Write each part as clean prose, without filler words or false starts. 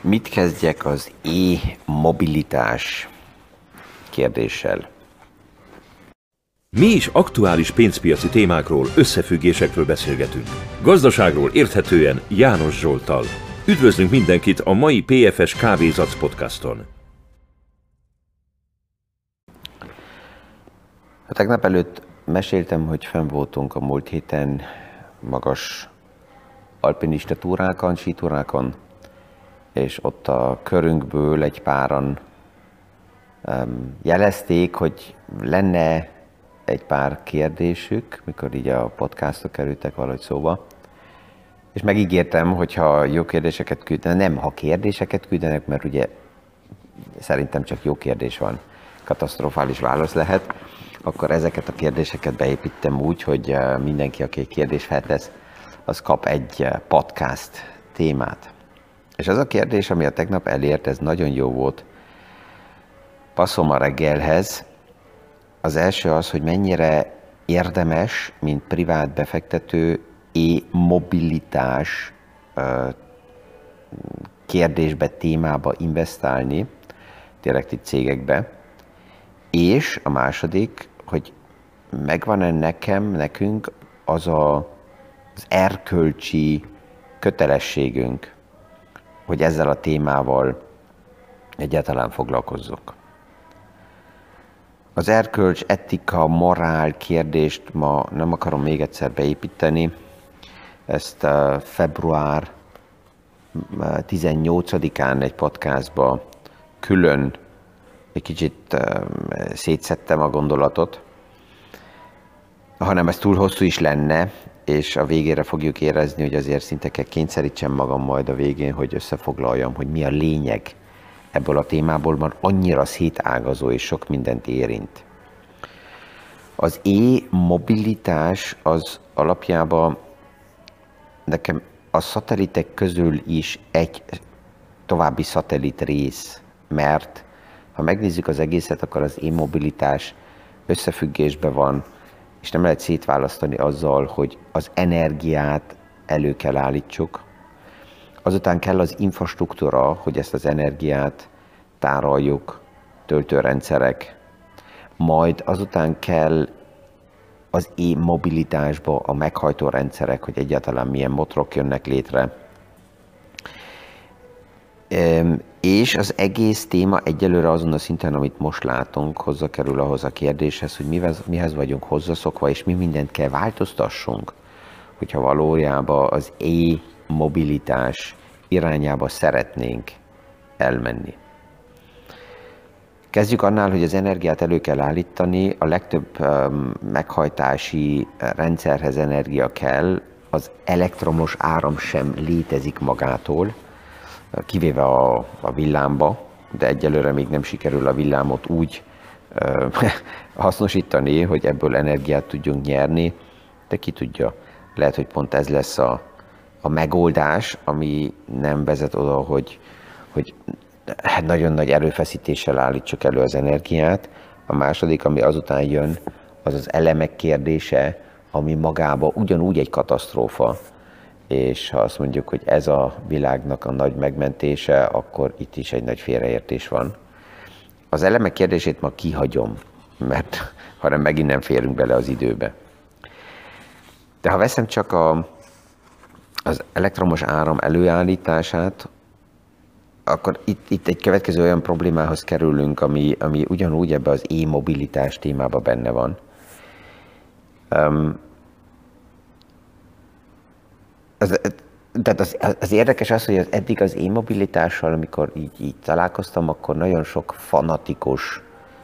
Mit kezdjek az e-mobilitás kérdéssel? Mi is aktuális pénzpiaci témákról, összefüggésekről beszélgetünk. Gazdaságról érthetően János Zsolttal. Üdvözlünk mindenkit a mai PFS Kávézac podcaston. A tegnap előtt meséltem, hogy fenn voltunk a múlt héten magas alpinista túrákon, sítúrákon, és ott a körünkből egy páran jelezték, hogy lenne egy pár kérdésük, mikor így a podcastok kerültek valahogy szóba. És megígértem, hogyha jó kérdéseket küldenek, nem, ha kérdéseket küldenek, mert ugye szerintem csak jó kérdés van, katasztrofális válasz lehet, akkor ezeket a kérdéseket beépítem úgy, hogy mindenki, aki egy kérdést feltesz, az kap egy podcast témát. És az a kérdés, ami a tegnap elért, ez nagyon jó volt, passzol a reggelhez. Az első az, hogy mennyire érdemes, mint privát befektető, e-mobilitás kérdésbe, témába investálni, direkt itt cégekbe. És a második, hogy megvan-e nekünk az erkölcsi kötelességünk, hogy ezzel a témával egyáltalán foglalkozzunk. Az erkölcs, etika, morál kérdést ma nem akarom még egyszer beépíteni. Ezt február 18-án egy podcastba külön egy kicsit szétszettem a gondolatot, hanem ez túl hosszú is lenne, és a végére fogjuk érezni, hogy azért szinte kell kényszerítsem magam majd a végén, hogy összefoglaljam, hogy mi a lényeg ebből a témából, mert annyira szétágazó és sok mindent érint. Az e-mobilitás az alapjában nekem a szatelitek közül is egy további szatellit rész, mert ha megnézzük az egészet, akkor az e-mobilitás összefüggésben van, és nem lehet szétválasztani azzal, hogy az energiát elő kell állítsuk, azután kell az infrastruktúra, hogy ezt az energiát tároljuk, töltőrendszerek, majd azután kell az e-mobilitásba a meghajtó rendszerek, hogy egyáltalán milyen motorok jönnek létre. És az egész téma egyelőre azon a szinten, amit most látunk, hozzakerül ahhoz a kérdéshez, hogy mihez vagyunk hozzaszokva, és mi mindent kell változtassunk, hogyha valójában az e-mobilitás irányába szeretnénk elmenni. Kezdjük annál, hogy az energiát elő kell állítani, a legtöbb meghajtási rendszerhez energia kell, az elektromos áram sem létezik magától, kivéve a villámba, de egyelőre még nem sikerül a villámot úgy hasznosítani, hogy ebből energiát tudjunk nyerni, de ki tudja, lehet, hogy pont ez lesz a megoldás, ami nem vezet oda, hogy nagyon nagy erőfeszítéssel állítsuk elő az energiát. A második, ami azután jön, az az elemek kérdése, ami magában ugyanúgy egy katasztrófa, és ha azt mondjuk, hogy ez a világnak a nagy megmentése, akkor itt is egy nagy félreértés van. Az elemek kérdését ma kihagyom, mert hanem megint nem férünk bele az időbe. De ha veszem csak az elektromos áram előállítását, akkor itt egy következő olyan problémához kerülünk, ami ugyanúgy ebbe az e-mobilitás témába benne van. Tehát az érdekes az, hogy eddig az e-mobilitással, amikor így találkoztam, akkor nagyon sok fanatikus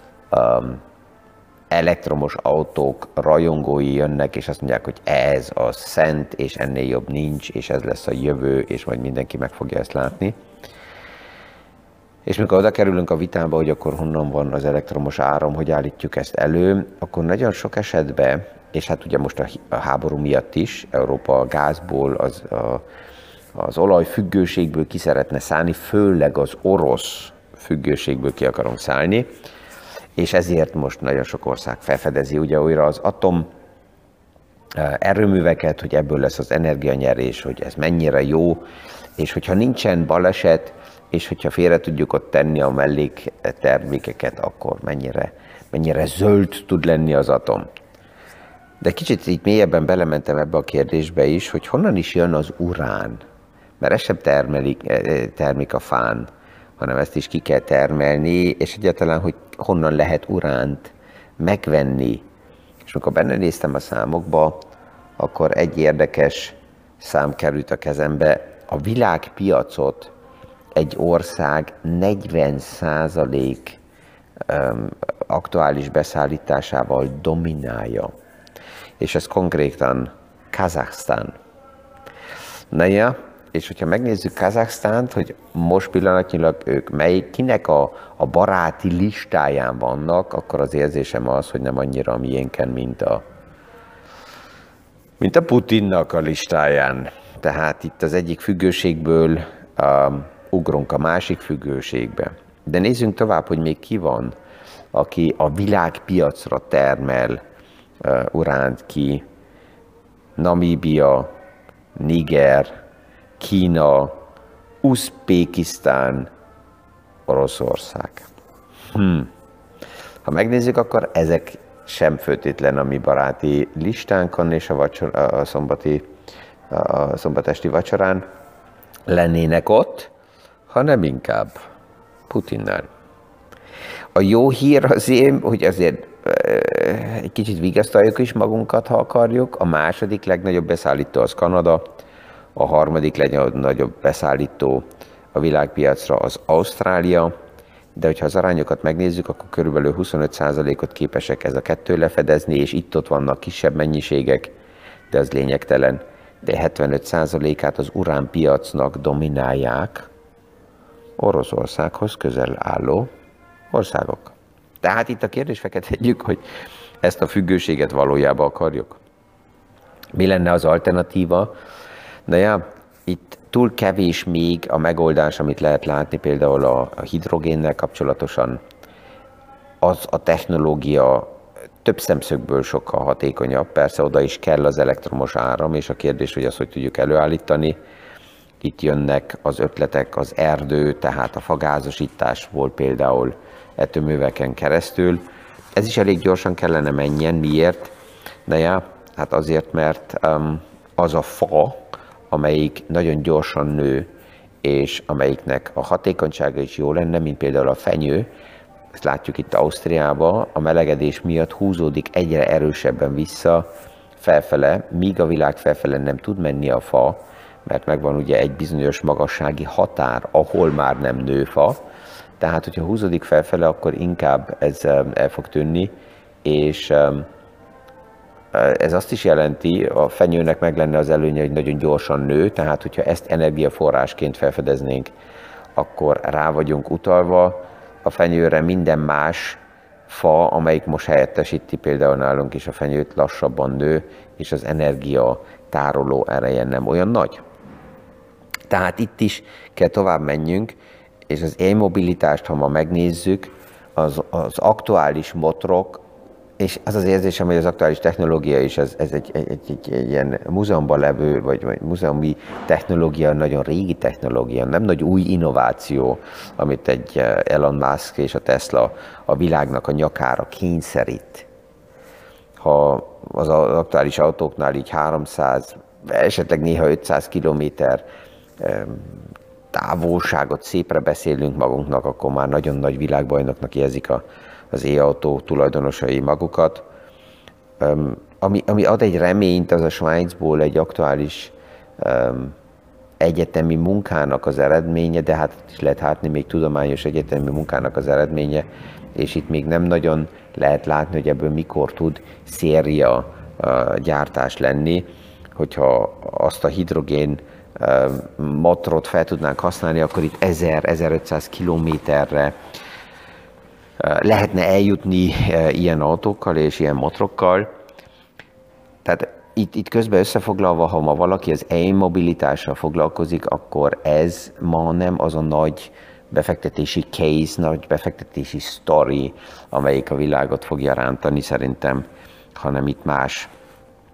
elektromos autók rajongói jönnek, és azt mondják, hogy ez a szent, és ennél jobb nincs, és ez lesz a jövő, és majd mindenki meg fogja ezt látni. És mikor oda kerülünk a vitába, hogy akkor honnan van az elektromos áram, hogy állítjuk ezt elő, akkor nagyon sok esetben, és hát ugye most a háború miatt is, Európa a gázból, az olajfüggőségből ki szeretne szállni, főleg az orosz függőségből ki akarunk szállni, és ezért most nagyon sok ország felfedezi ugye újra az atom erőműveket, hogy ebből lesz az energianyerés, hogy ez mennyire jó, és hogyha nincsen baleset, és hogyha félre tudjuk ott tenni a melléktermékeket, akkor mennyire zöld tud lenni az atom. De kicsit így mélyebben belementem ebbe a kérdésbe is, hogy honnan is jön az urán. Mert ez sem termik a fán, hanem ezt is ki kell termelni, és egyáltalán, hogy honnan lehet uránt megvenni. És amikor benne néztem a számokba, akkor egy érdekes szám került a kezembe. A világpiacot egy ország 40% aktuális beszállításával dominálja. És ez konkrétan Kazaksztán. Na ja, és hogyha megnézzük Kazaksztánt, hogy most pillanatnyilag ők kinek a baráti listáján vannak, akkor az érzésem az, hogy nem annyira a miénken, mint a Putinnak a listáján. Tehát itt az egyik függőségből ugrunk a másik függőségbe. De nézzünk tovább, hogy még ki van, aki a világpiacra termel uránt ki. Namíbia, Niger, Kína, Uzbekisztán, Oroszország. Ha megnézzük, akkor ezek sem feltétlen a mi baráti listánkon és a szombatesti vacsorán lennének ott, hanem inkább Putinnál. A jó hír azért, hogy azért egy kicsit vigasztaljuk is magunkat, ha akarjuk. A második legnagyobb beszállító az Kanada, a harmadik legnagyobb beszállító a világpiacra az Ausztrália, de hogyha az arányokat megnézzük, akkor körülbelül 25%-ot képesek ez a kettő lefedezni, és itt-ott vannak kisebb mennyiségek, de az lényegtelen. De 75%-át az uránpiacnak dominálják Oroszországhoz közel álló országok. Tehát itt a kérdésfeket tegyük, hogy ezt a függőséget valójában akarjuk. Mi lenne az alternatíva? Na ja, itt túl kevés még a megoldás, amit lehet látni például a hidrogénnel kapcsolatosan. Az a technológia több szemszögből sokkal hatékonyabb. Persze oda is kell az elektromos áram, és a kérdés, hogy azt hogy tudjuk előállítani. Itt jönnek az ötletek, az erdő, tehát a fagázosításból például etőműveken keresztül. Ez is elég gyorsan kellene menjen. Miért? Na ja, hát azért, mert az a fa, amelyik nagyon gyorsan nő, és amelyiknek a hatékonysága is jó lenne, mint például a fenyő, ezt látjuk itt Ausztriában, a melegedés miatt húzódik egyre erősebben vissza felfele, míg a világ felfele nem tud menni a fa, mert megvan ugye egy bizonyos magassági határ, ahol már nem nő fa, tehát hogyha húzódik felfele, akkor inkább ez el fog tűnni, és ez azt is jelenti, a fenyőnek meg lenne az előnye, hogy nagyon gyorsan nő, tehát hogyha ezt energiaforrásként felfedeznénk, akkor rá vagyunk utalva a fenyőre. Minden más fa, amelyik most helyettesíti például nálunk is a fenyőt, lassabban nő, és az energia tároló ereje nem olyan nagy. Tehát itt is kell tovább menjünk, és az e-mobilitást, ha ma megnézzük, az aktuális motorok, és az az érzésem, hogy az aktuális technológia is, ez egy ilyen múzeumban levő, vagy múzeumi technológia, nagyon régi technológia, nem nagy új innováció, amit egy Elon Musk és a Tesla a világnak a nyakára kényszerít. Ha az aktuális autóknál így 300, esetleg néha 500 kilométer távolságot szépre beszélünk magunknak, akkor már nagyon nagy világbajnoknak érzik az e-autó tulajdonosai magukat. Ami ad egy reményt, az a Svájcból egy aktuális egyetemi munkának az eredménye, de hát is lehet látni még tudományos egyetemi munkának az eredménye, és itt még nem nagyon lehet látni, hogy ebből mikor tud széria gyártás lenni, hogyha azt a hidrogén motorot fel tudnánk használni, akkor itt 1000-1500 kilométerre lehetne eljutni ilyen autókkal és ilyen motorokkal. Tehát itt közben összefoglalva, ha ma valaki az e-mobilitással foglalkozik, akkor ez ma nem az a nagy befektetési case, nagy befektetési story, amelyik a világot fogja rántani szerintem, hanem itt más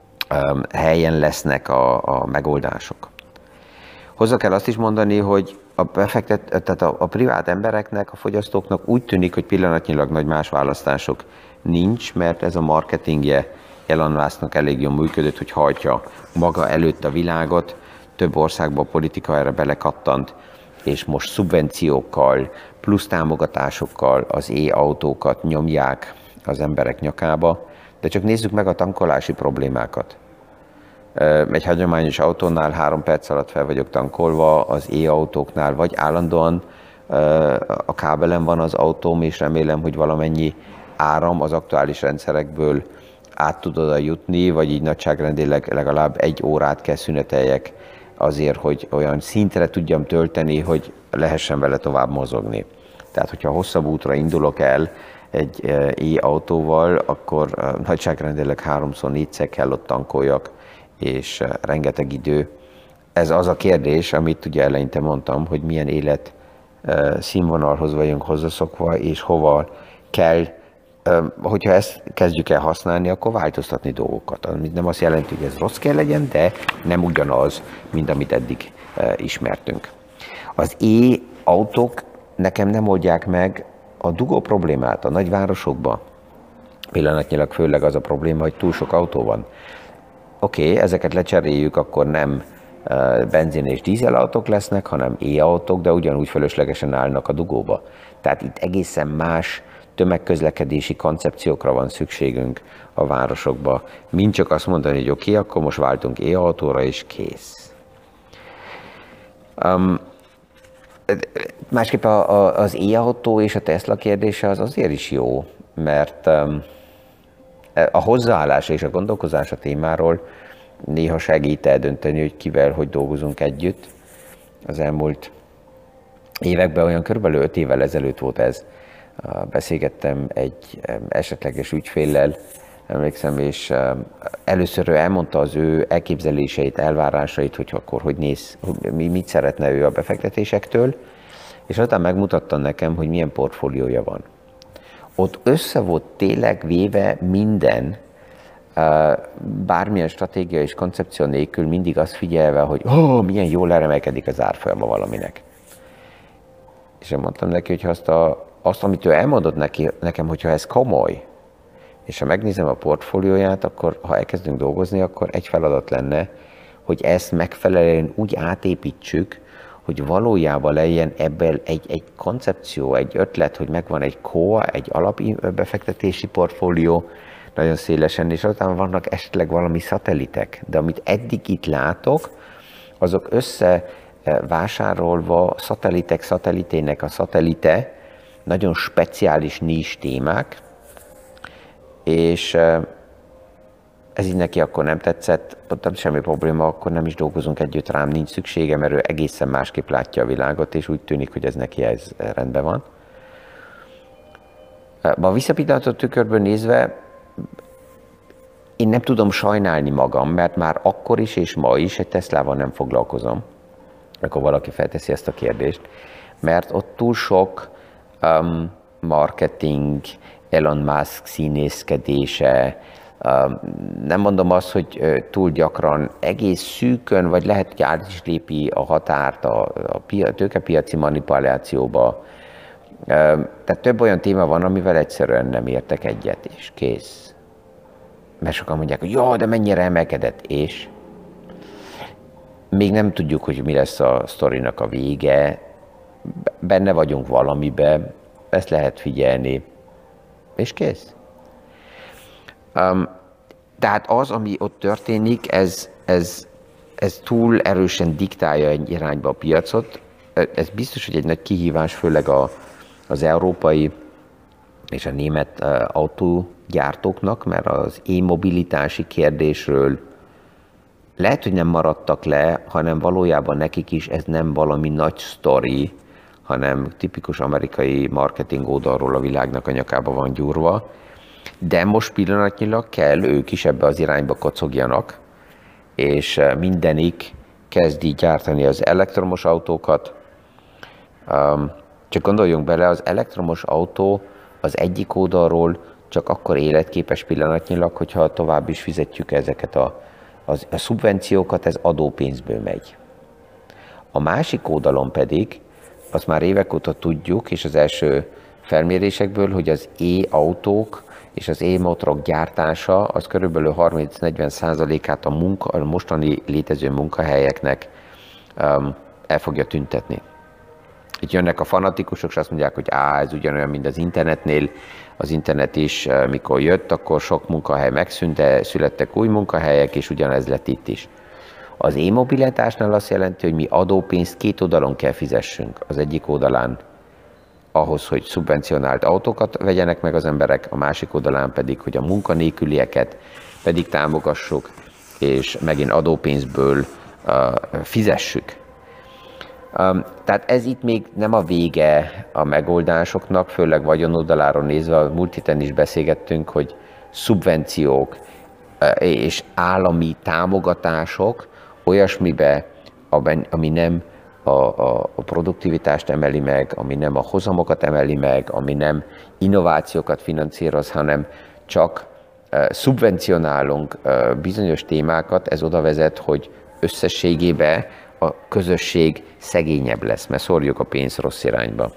helyen lesznek a megoldások. Hozzá kell azt is mondani, hogy tehát a privát embereknek, a fogyasztóknak úgy tűnik, hogy pillanatnyilag nagy más választások nincs, mert ez a marketingje Elon Musknak elég jól működött, hogy hajtja maga előtt a világot. Több országban a politika erre belekattant, és most szubvenciókkal, plusz támogatásokkal az e-autókat nyomják az emberek nyakába. De csak nézzük meg a tankolási problémákat. Egy hagyományos autónál 3 perc alatt fel vagyok tankolva, az e-autóknál vagy állandóan a kábelen van az autóm, és remélem, hogy valamennyi áram az aktuális rendszerekből át tud oda jutni, vagy így nagyságrendileg legalább 1 órát kell szüneteljek azért, hogy olyan szintre tudjam tölteni, hogy lehessen vele tovább mozogni. Tehát, hogyha hosszabb útra indulok el egy e-autóval, akkor nagyságrendileg 3-4-szer kell ott tankoljak, és rengeteg idő. Ez az a kérdés, amit ugye eleinte mondtam, hogy milyen élet színvonalhoz vagyunk hozzászokva, és hova kell, hogyha ezt kezdjük el használni, akkor változtatni dolgokat. Amit nem azt jelenti, hogy ez rossz kell legyen, de nem ugyanaz, mint amit eddig ismertünk. Az e-autók nekem nem oldják meg a dugó problémát a nagyvárosokban. Pillanatnyilag főleg az a probléma, hogy túl sok autó van. Oké, ezeket lecseréljük, akkor nem benzin és dízelautók lesznek, hanem e-autók, de ugyanúgy fölöslegesen állnak a dugóba. Tehát itt egészen más tömegközlekedési koncepciókra van szükségünk a városokba, mint csak azt mondani, hogy oké, akkor most váltunk e-autóra, és kész. Másképp az e-autó és a Tesla kérdése az azért is jó, mert a hozzáállás és a gondolkozás a témáról néha segít eldönteni, hogy kivel, hogy dolgozunk együtt. Az elmúlt években olyan körülbelül 5 évvel ezelőtt volt ez. Beszélgettem egy esetleges ügyféllel, emlékszem, és először ő elmondta az ő elképzeléseit, elvárásait, hogy akkor hogy néz, mit szeretne ő a befektetésektől, és aztán megmutatta nekem, hogy milyen portfóliója van. Ott össze volt tényleg véve minden, bármilyen stratégia és koncepció nélkül mindig azt figyelve, hogy milyen jól emelkedik az árfolyama valaminek. És én mondtam neki, hogy azt, amit ő elmondott nekem, hogyha ez komoly, és ha megnézem a portfólióját, akkor ha elkezdünk dolgozni, akkor egy feladat lenne, hogy ezt megfelelően úgy átépítsük, hogy valójában legyen ebből egy koncepció, egy ötlet, hogy megvan egy core, egy alapbefektetési portfólió, nagyon szélesen, és aztán vannak esetleg valami szatelitek, de amit eddig itt látok, azok összevásárolva szatelitének a szatelite, nagyon speciális nincs témák, és ez így neki akkor nem tetszett, mondtam, semmi probléma, akkor nem is dolgozunk együtt, rám nincs szüksége, mert ő egészen másképp látja a világot, és úgy tűnik, hogy ez neki ez rendben van. A visszapillantott tükörből nézve, én nem tudom sajnálni magam, mert már akkor is és ma is egy Teslával nem foglalkozom, akkor valaki felteszi ezt a kérdést, mert ott túl sok marketing, Elon Musk színészkedése, nem mondom azt, hogy túl gyakran, egész szűkön, vagy lehet, hogy át is lépi a határt a tőkepiaci manipulációba. Tehát több olyan téma van, amivel egyszerűen nem értek egyet, és kész. Mert sokan mondják, hogy jó, de mennyire emelkedett, és még nem tudjuk, hogy mi lesz a sztorinak a vége, benne vagyunk valamibe, ezt lehet figyelni, és kész. Tehát az, ami ott történik, ez túl erősen diktálja egy irányba a piacot. Ez biztos, hogy egy nagy kihívás, főleg az európai és a német autógyártóknak, mert az e-mobilitási kérdésről lehet, hogy nem maradtak le, hanem valójában nekik is ez nem valami nagy sztori, hanem tipikus amerikai marketing oldalról a világnak a nyakába van gyúrva. De most pillanatnyilag kell ők is ebbe az irányba kocogjanak, és mindenik kezdi gyártani az elektromos autókat. Csak gondoljunk bele, az elektromos autó az egyik oldalról csak akkor életképes pillanatnyilag, hogyha tovább is fizetjük ezeket a szubvenciókat, ez adópénzből megy. A másik oldalon pedig azt már évek óta tudjuk, és az első felmérésekből, hogy az e-autók és az e-motorok gyártása az körülbelül 30-40%-át a mostani létező munkahelyeknek el fogja tüntetni. Itt jönnek a fanatikusok, és azt mondják, hogy ez ugyanolyan, mint az internetnél. Az internet is, mikor jött, akkor sok munkahely megszűnt, de születtek új munkahelyek, és ugyanez lett itt is. Az e-mobilitásnál azt jelenti, hogy mi adópénzt két oldalon kell fizessünk. Az egyik oldalán ahhoz, hogy szubvencionált autókat vegyenek meg az emberek, a másik oldalán pedig, hogy a munkanélkülieket pedig támogassuk, és megint adópénzből fizessük. Tehát ez itt még nem a vége a megoldásoknak, főleg vagyonoldaláról nézve, a múlt héten is beszélgettünk, hogy szubvenciók és állami támogatások olyasmibe, ami nem a produktivitást emeli meg, ami nem a hozamokat emeli meg, ami nem innovációkat finanszíroz, hanem csak szubvencionálunk bizonyos témákat, ez oda vezet, hogy összességében a közösség szegényebb lesz, mert szórjuk a pénzt rossz irányba.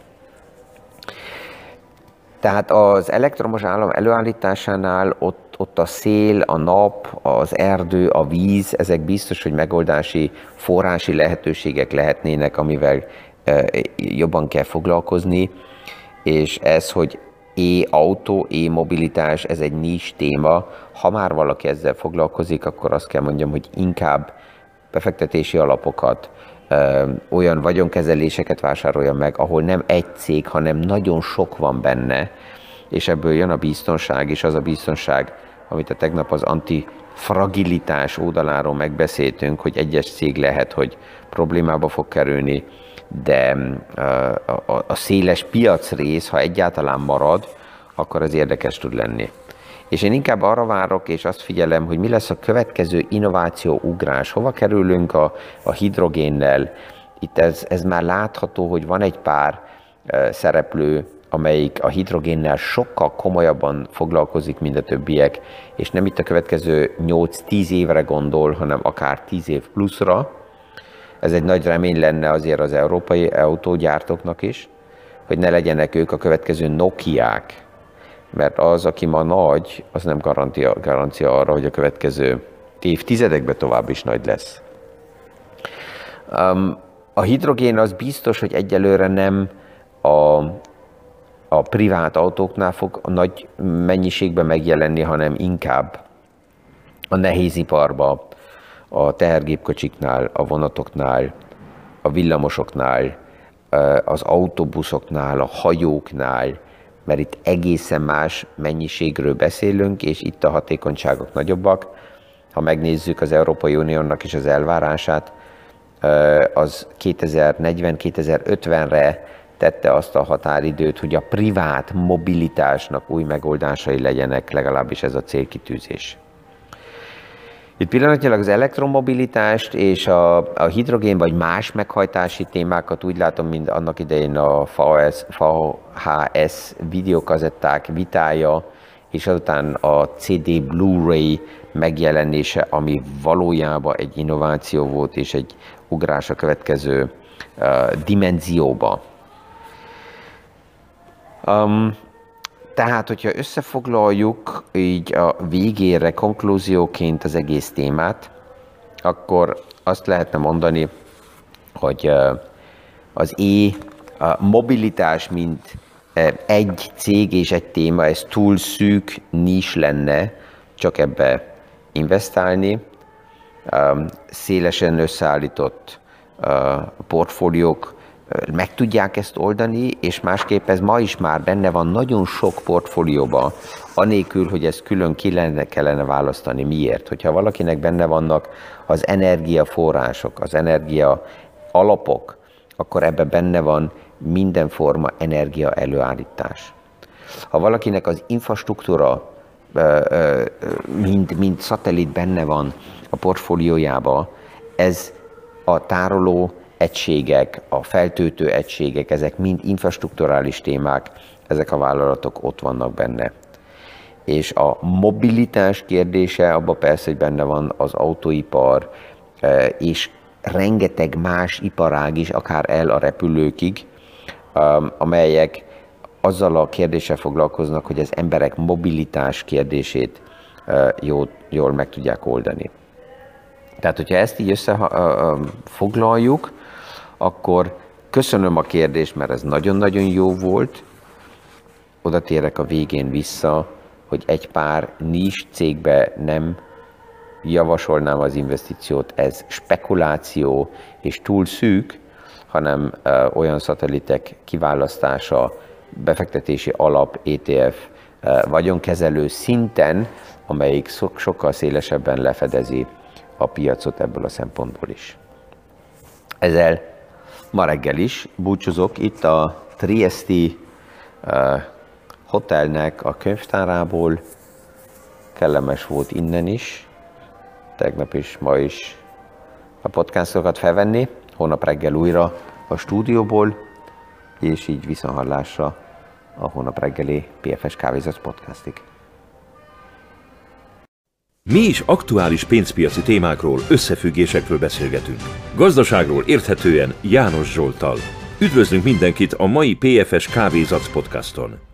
Tehát az elektromos áram előállításánál ott a szél, a nap, az erdő, a víz, ezek biztos, hogy megoldási, forrási lehetőségek lehetnének, amivel jobban kell foglalkozni, és ez, hogy e-autó, e-mobilitás, ez egy nis téma. Ha már valaki ezzel foglalkozik, akkor azt kell mondjam, hogy inkább befektetési alapokat, olyan vagyonkezeléseket vásárolja meg, ahol nem egy cég, hanem nagyon sok van benne, és ebből jön a biztonság, és az a biztonság, amit a tegnap az antifragilitás oldaláról megbeszéltünk, hogy egyes cég lehet, hogy problémába fog kerülni, de a széles piacrész, ha egyáltalán marad, akkor az érdekes tud lenni. És én inkább arra várok, és azt figyelem, hogy mi lesz a következő innováció ugrás. Hova kerülünk a hidrogénnel? Itt ez már látható, hogy van egy pár szereplő, amelyik a hidrogénnel sokkal komolyabban foglalkozik, mint a többiek, és nem itt a következő 8-10 évre gondol, hanem akár 10 év pluszra. Ez egy nagy remény lenne azért az európai autógyártóknak is, hogy ne legyenek ők a következő Nokiák, mert az, aki ma nagy, az nem garancia arra, hogy a következő évtizedekben tovább is nagy lesz. A hidrogén az biztos, hogy egyelőre nem a privát autóknál fog a nagy mennyiségben megjelenni, hanem inkább a nehéziparba, a tehergépkocsiknál, a vonatoknál, a villamosoknál, az autóbuszoknál, a hajóknál, mert itt egészen más mennyiségről beszélünk, és itt a hatékonyságok nagyobbak. Ha megnézzük az Európai Uniónak is az elvárását, az 2040-2050-re tette azt a határidőt, hogy a privát mobilitásnak új megoldásai legyenek, legalábbis ez a célkitűzés. Itt pillanatnyilag az elektromobilitást és a hidrogén vagy más meghajtási témákat úgy látom, mint annak idején a VHS videókazetták vitája, és azután a CD Blu-ray megjelenése, ami valójában egy innováció volt, és egy ugrás a következő dimenzióba. Tehát, hogyha összefoglaljuk így a végére, konklúzióként az egész témát, akkor azt lehetne mondani, hogy az mobilitás, mint egy cég és egy téma, ez túl szűk nis lenne csak ebbe investálni. Szélesen összeállított portfóliók meg tudják ezt oldani, és másképp ez ma is már benne van nagyon sok portfólióban, anélkül, hogy ezt külön kellene választani. Miért? Hogyha valakinek benne vannak az energiaforrások, az energia alapok, akkor ebben benne van minden forma energia előállítás. Ha valakinek az infrastruktúra, mint szatellit benne van a portfóliójában, ez a tároló egységek, a feltöltő egységek, ezek mind infrastrukturális témák, ezek a vállalatok ott vannak benne. És a mobilitás kérdése, abban persze, hogy benne van az autóipar, és rengeteg más iparág is, akár el a repülőkig, amelyek azzal a kérdéssel foglalkoznak, hogy az emberek mobilitás kérdését jól meg tudják oldani. Tehát, hogyha ezt így összefoglaljuk, akkor köszönöm a kérdést, mert ez nagyon-nagyon jó volt. Oda térek a végén vissza, hogy egy pár nis cégbe nem javasolnám az investíciót, ez spekuláció és túl szűk, hanem olyan szatelitek kiválasztása, befektetési alap, ETF, vagyonkezelő szinten, amelyik sokkal szélesebben lefedezi a piacot ebből a szempontból is. Ezzel ma reggel is búcsúzok itt a Triesti hotelnek a könyvtárából. Kellemes volt innen is, tegnap is, ma is a podcastokat felvenni, holnap reggel újra a stúdióból, és így viszonthallásra a hónap reggeli PFS Kávézat podcastig. Mi is aktuális pénzpiaci témákról, összefüggésekről beszélgetünk. Gazdaságról érthetően János Zsolttal. Üdvözlünk mindenkit a mai PFS Kávézac podcaston!